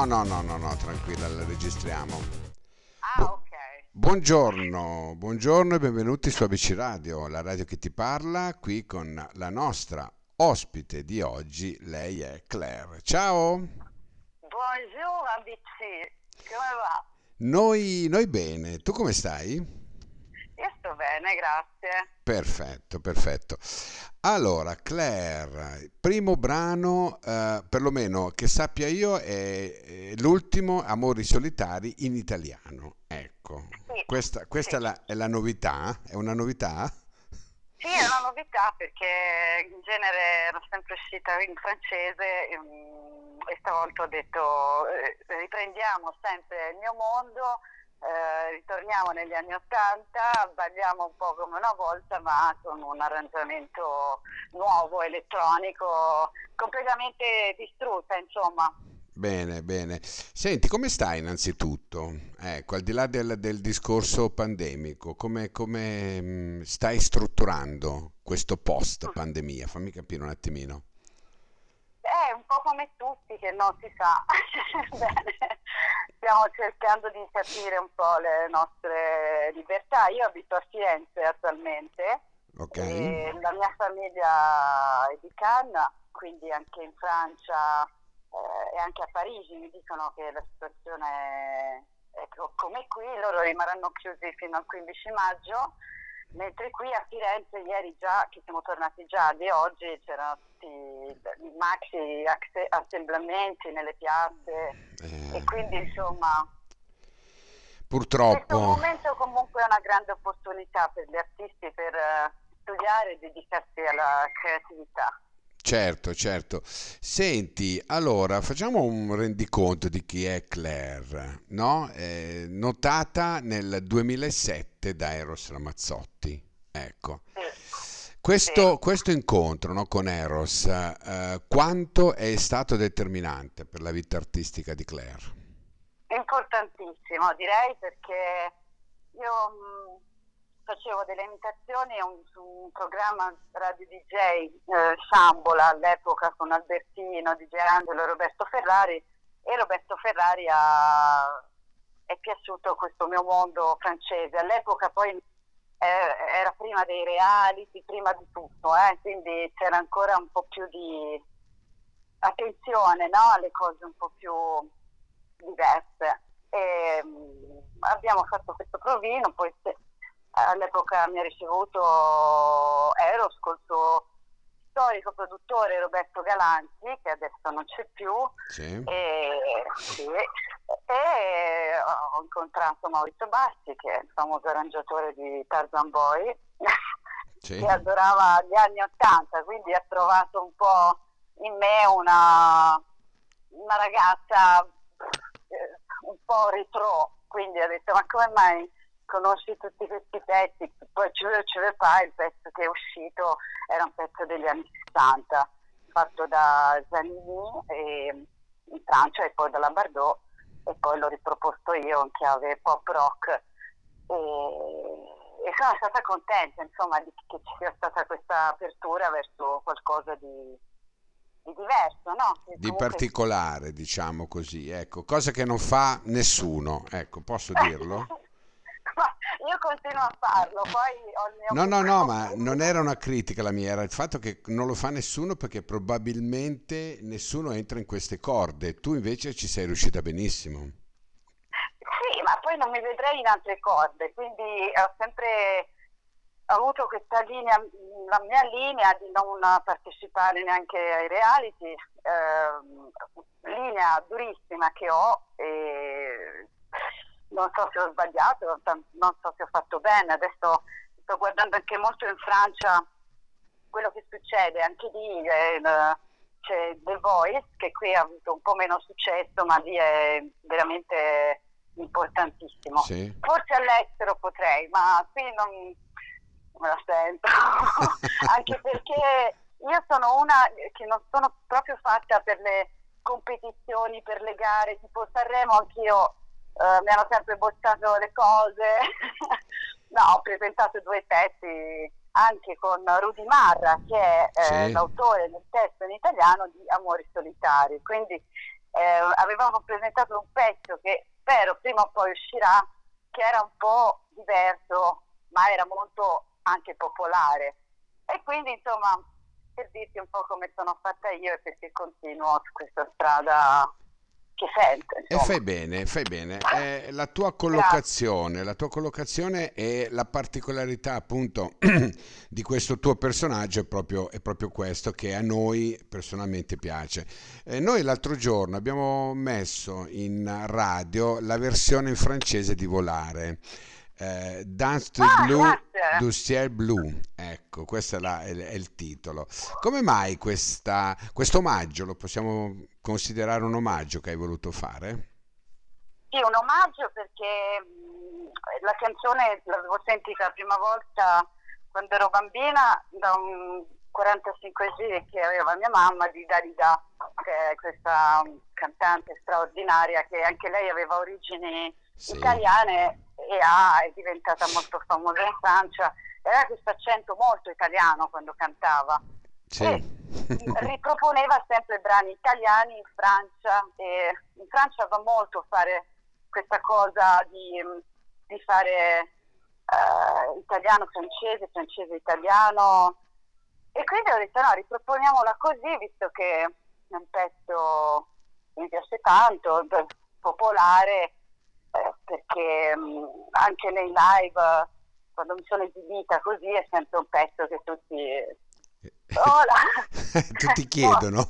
no, tranquilla, la registriamo. Ah, Bu- ok. buongiorno e benvenuti su ABC Radio, la radio che ti parla, qui con la nostra ospite di oggi, lei è Claire. Ciao! Buongiorno ABC, come va? Noi bene, tu come stai? Io sto bene, grazie. Perfetto, perfetto. Allora, Claire, primo brano, perlomeno che sappia io, è l'ultimo Amori solitari in italiano. Ecco, Sì, questa sì. è la novità? È una novità? Sì, è una novità perché in genere ero sempre uscita in francese e stavolta ho detto riprendiamo sempre il mio mondo, ritorniamo negli anni '80, balliamo un po' come una volta ma con un arrangiamento nuovo, elettronico, completamente distrutta, insomma. Bene, bene. Senti, come stai innanzitutto? Ecco, al di là del discorso pandemico, come stai strutturando questo post pandemia? Fammi capire un attimino. È un po' come tutti che non si sa. Bene, stiamo cercando di capire un po' le nostre libertà. Io abito a Firenze attualmente Ok? e la mia famiglia è di Cannes, quindi anche in Francia e anche a Parigi mi dicono che la situazione è come qui, loro rimarranno chiusi fino al 15 maggio. Mentre qui a Firenze ieri già, che siamo tornati già di oggi, c'erano tutti i maxi assemblamenti nelle piazze e Eh, quindi insomma questo purtroppo, momento comunque è una grande opportunità per gli artisti per studiare e dedicarsi alla creatività. certo, certo. Senti, allora facciamo un rendiconto di chi è Claire, no? Notata nel 2007 da Eros Ramazzotti. Ecco. Sì, sì. Questo incontro, no, con Eros, quanto è stato determinante per la vita artistica di Claire? Importantissimo, direi, perché io facevo delle imitazioni su un programma radio DJ, Sambola all'epoca con Albertino, DJ Angelo e Roberto Ferrari, e Roberto Ferrari è piaciuto questo mio mondo francese. All'epoca poi era prima dei reality, prima di tutto, quindi c'era ancora un po' più di attenzione, no? Alle cose un po' più diverse. E, abbiamo fatto questo provino, poi all'epoca mi ha ricevuto Eros col suo storico produttore Roberto Galanti, che adesso non c'è più, Sì, e, sì, e ho incontrato Maurizio Bassi, che è il famoso arrangiatore di Tarzan Boy, che sì. adorava gli anni '80, quindi ha trovato un po' in me una ragazza un po' retro, quindi ha detto ma come mai conosci tutti questi pezzi? Poi ce le fai, il pezzo che è uscito era un pezzo degli anni '60 fatto da Zanini in Francia e poi dalla Bardot, e poi l'ho riproposto io in chiave pop rock e sono stata contenta insomma che ci sia stata questa apertura verso qualcosa di diverso, no? Che Di comunque particolare, diciamo così, ecco, cosa che non fa nessuno, ecco, posso dirlo? ma io continuo a farlo, poi ho il mio No, no, no, piccolo ma non pubblico. era una critica la mia, era il fatto che non lo fa nessuno perché probabilmente nessuno entra in queste corde, tu invece ci sei riuscita benissimo. Sì, ma poi non mi vedrei in altre corde, quindi ho sempre avuto questa linea, la mia linea di non partecipare neanche ai reality, linea durissima che ho e non so se ho sbagliato, non so se ho fatto bene, adesso sto guardando anche molto in Francia quello che succede, anche lì c'è The Voice che qui ha avuto un po' meno successo, ma lì è veramente importantissimo. Sì? Forse all'estero potrei, ma qui non me la sento. Anche perché io sono una che non sono proprio fatta per le competizioni, per le gare, tipo Sanremo anch'io mi hanno sempre bocciato le cose. No, ho presentato due pezzi anche con Rudy Marra, che è Sì? l'autore del testo in italiano di Amori solitari. Quindi avevamo presentato un pezzo che spero prima o poi uscirà, che era un po' diverso, ma era molto anche popolare. E quindi, insomma, per dirti un po' come sono fatta io e perché continuo su questa strada che sento, E insomma. fai bene. Grazie. La tua collocazione e la particolarità appunto di questo tuo personaggio è proprio questo che a noi personalmente piace. Noi l'altro giorno abbiamo messo in radio la versione in francese di Volare. Dans de Ah, bleu grazie. du ciel blu, ecco, questo è il titolo. Come mai questo omaggio, lo possiamo considerare un omaggio che hai voluto fare? Sì, un omaggio perché la canzone l'avevo sentita la prima volta quando ero bambina da un 45 giri che aveva mia mamma di Dalida, che è questa cantante straordinaria che anche lei aveva origini Sì, italiane e è diventata molto famosa in Francia. E aveva questo accento molto italiano quando cantava sì. e riproponeva sempre brani italiani in Francia e in Francia va molto fare questa cosa di fare italiano-francese, francese-italiano e quindi ho detto no, riproponiamola così visto che è un pezzo che mi piace tanto, popolare, perché anche nei live quando mi sono esibita così è sempre un pezzo che tutti... Hola! Tutti No. chiedono.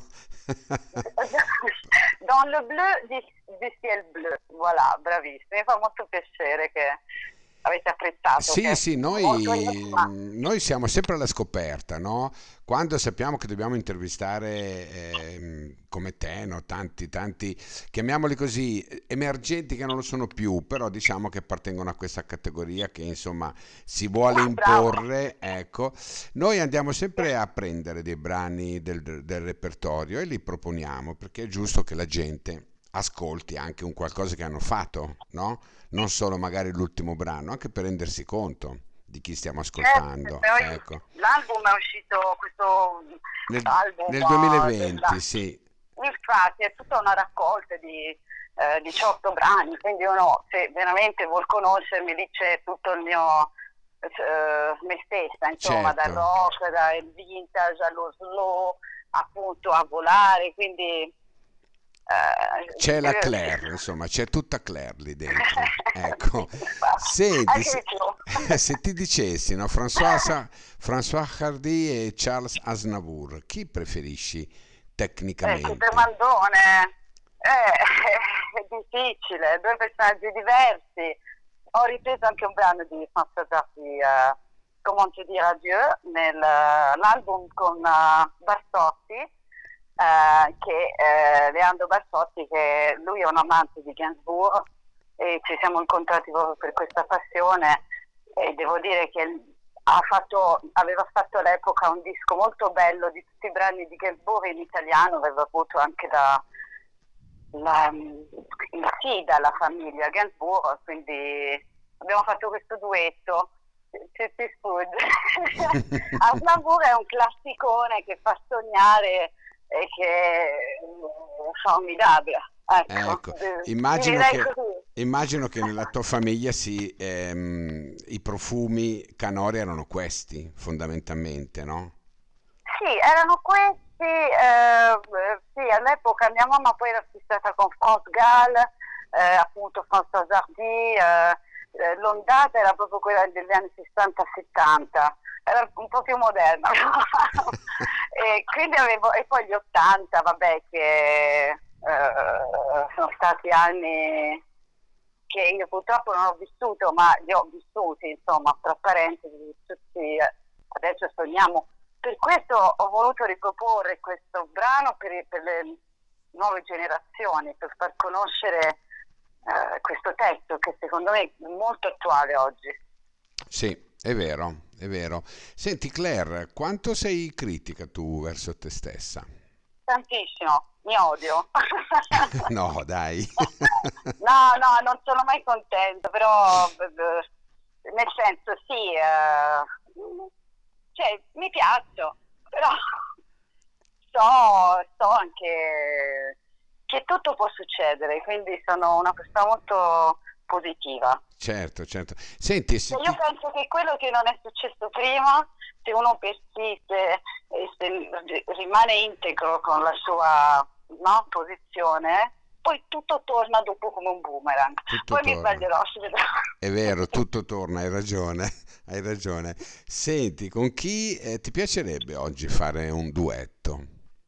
Dans le bleu du ciel bleu, voilà, bravissimi. Mi fa molto piacere che avete apprezzato, che Sì, è sì, molto enigma. noi siamo sempre alla scoperta, no? Quando sappiamo che dobbiamo intervistare come te, no? Tanti, chiamiamoli così, emergenti che non lo sono più, però diciamo che appartengono a questa categoria che insomma si vuole Bravo. imporre, ecco. Noi andiamo sempre a prendere dei brani del repertorio e li proponiamo perché è giusto che la gente ascolti anche un qualcosa che hanno fatto, no? Non solo magari l'ultimo brano, anche per rendersi conto di chi stiamo ascoltando. Poi Ecco. l'album è uscito, questo album Nel 2020, sì. infatti è tutta una raccolta di 18 brani, quindi uno se veramente vuol conoscermi dice tutto il mio me stessa, insomma, dal Certo, rock, dal vintage allo slow, appunto a volare, quindi c'è la sì. Claire, insomma, c'è tutta Claire lì dentro. Ecco, Sì, infatti. senti, Anche di più. se ti dicessi, no, François Hardy e Charles Aznavour, chi preferisci Che tecnicamente? domandone, è difficile, due personaggi diversi. Ho ripreso anche un brano di François Zardi, Comment te dire adieu, nell'album con Barsotti, che Leandro Barsotti, che lui è un amante di Gainsbourg e ci siamo incontrati proprio per questa passione e devo dire che aveva fatto all'epoca un disco molto bello di tutti i brani di Gainsbourg in italiano, aveva avuto anche il sì dalla famiglia Gainsbourg, quindi abbiamo fatto questo duetto. Ci sfugge. Aznavour è un classicone che fa sognare e che è formidabile. Ecco, Ecco, direi così. immagino che nella tua famiglia i profumi canori erano questi, fondamentalmente, no? Sì, erano questi, sì, all'epoca mia mamma poi era fissata con France Gall, appunto François Hardy, l'ondata era proprio quella degli anni 60-70, era un po' più moderna. E quindi e poi gli 80, vabbè, che sono stati anni che io purtroppo non ho vissuto, ma li ho vissuti, insomma, tra parentesi, tutti, adesso sogniamo. Per questo ho voluto riproporre questo brano per le nuove generazioni, per far conoscere questo testo che secondo me è molto attuale oggi. Sì, è vero, è vero. Senti Claire, quanto sei critica tu verso te stessa? Tantissimo, mi odio. No, dai. No, no, non sono mai contento, però nel senso sì, cioè mi piaccio, però so anche che tutto può succedere, quindi sono una persona molto positiva. Certo, certo. Senti, se Io ti... penso che quello che non è successo prima, se uno persiste e se rimane integro con la sua, no, posizione, poi tutto torna dopo come un boomerang. tutto Poi mi torna. sbaglierò, si vedrà. È vero, tutto torna, hai ragione, hai ragione. Senti, con chi ti piacerebbe oggi fare un duetto?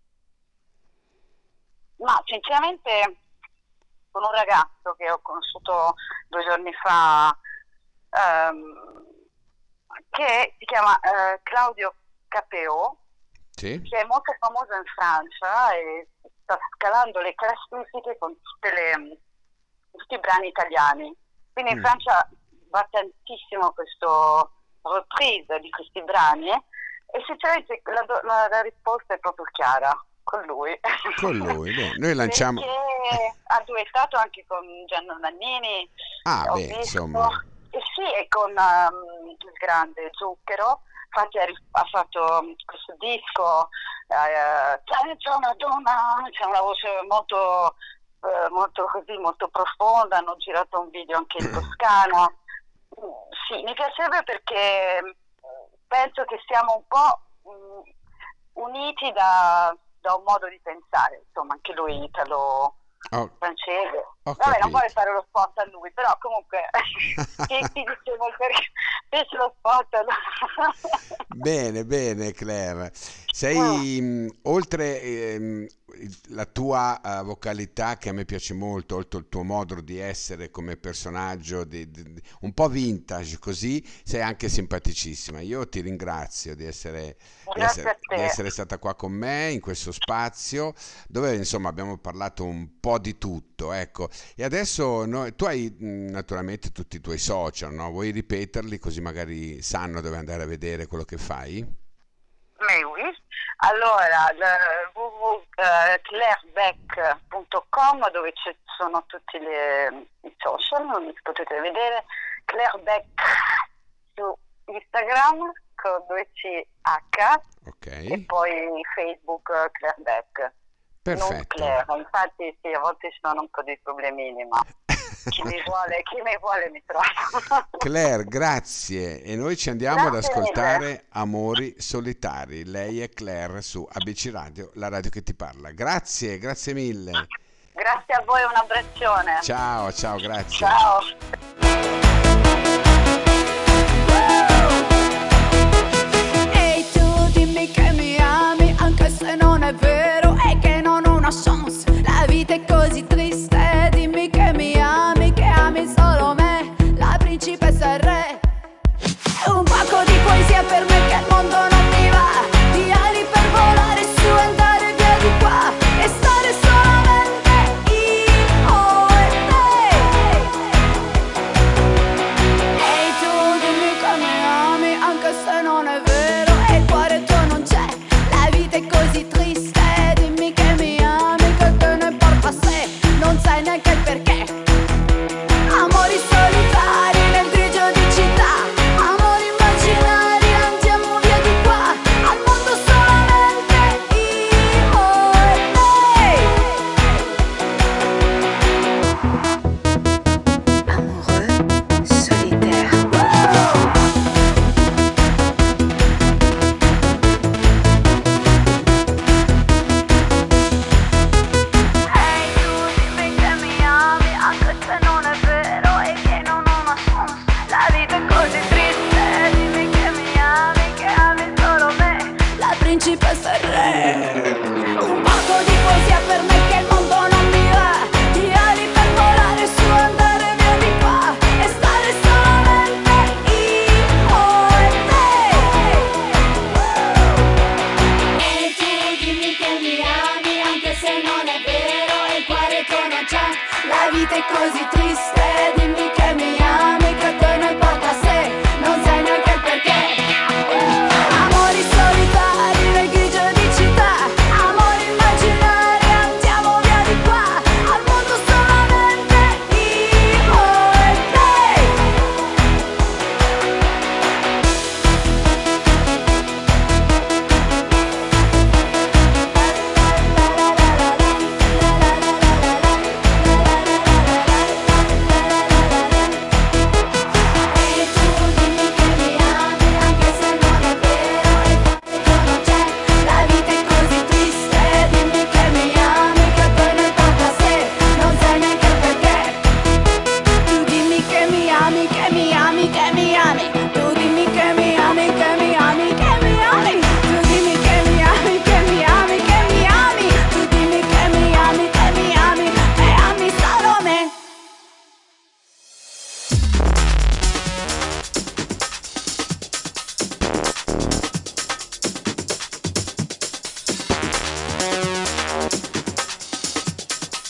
Ma sinceramente con un ragazzo che ho conosciuto 2 giorni fa, ehm, che si chiama Claudio Capeo, Sì? che è molto famoso in Francia e sta scalando le classifiche con tutti i brani italiani. Quindi in Mm. Francia va tantissimo questo reprise di questi brani e sinceramente la risposta è proprio chiara con lui. Con lui, beh, noi lanciamo... Perché ha duettato anche con Gianni Nannini, Ah, ho beh, visto, insomma, e sì, e con il grande Zucchero. Infatti ha fatto questo disco, c'è una donna, c'è una voce molto, molto così, molto profonda, hanno girato un video anche in Toscana. Sì, mi piacerebbe perché penso che siamo un po' uniti da un modo di pensare, insomma, anche lui italo ho, francese. ho Vabbè, non vuole capito. fare lo spot a lui, però comunque ti dicevo perché fece lo spot a lui. Bene, bene, Claire. Mm. Sei, oltre la tua vocalità, che a me piace molto, oltre il tuo modo di essere come personaggio, un po' vintage così, sei anche simpaticissima. Io ti ringrazio Grazie a di te. essere stata qua con me in questo spazio, dove insomma abbiamo parlato un po' di tutto, ecco. E adesso tu hai naturalmente tutti i tuoi social, no? Vuoi ripeterli così magari sanno dove andare a vedere quello che fai? Mewi. Allora, www.clairebeck.com dove ci sono tutti i social, non li potete vedere. Claire Beck su Instagram con 2CH Ok, e poi Facebook Claire Beck. Non perfetto. Claire, infatti sì, a volte ci sono un po' di problemini, ma chi mi vuole mi trova. Claire, grazie. E noi ci andiamo ad Grazie mille. ascoltare Amori Solitari. Lei è Claire su ABC Radio, la radio che ti parla. Grazie, grazie mille. Grazie a voi, un abbraccione. Ciao, ciao, grazie. Ciao. Ehi tu dimmi che mi ami anche se non è vero e che non ho una chance. La vita è così triste, dimmi che mi ami solo me, la principessa e il re.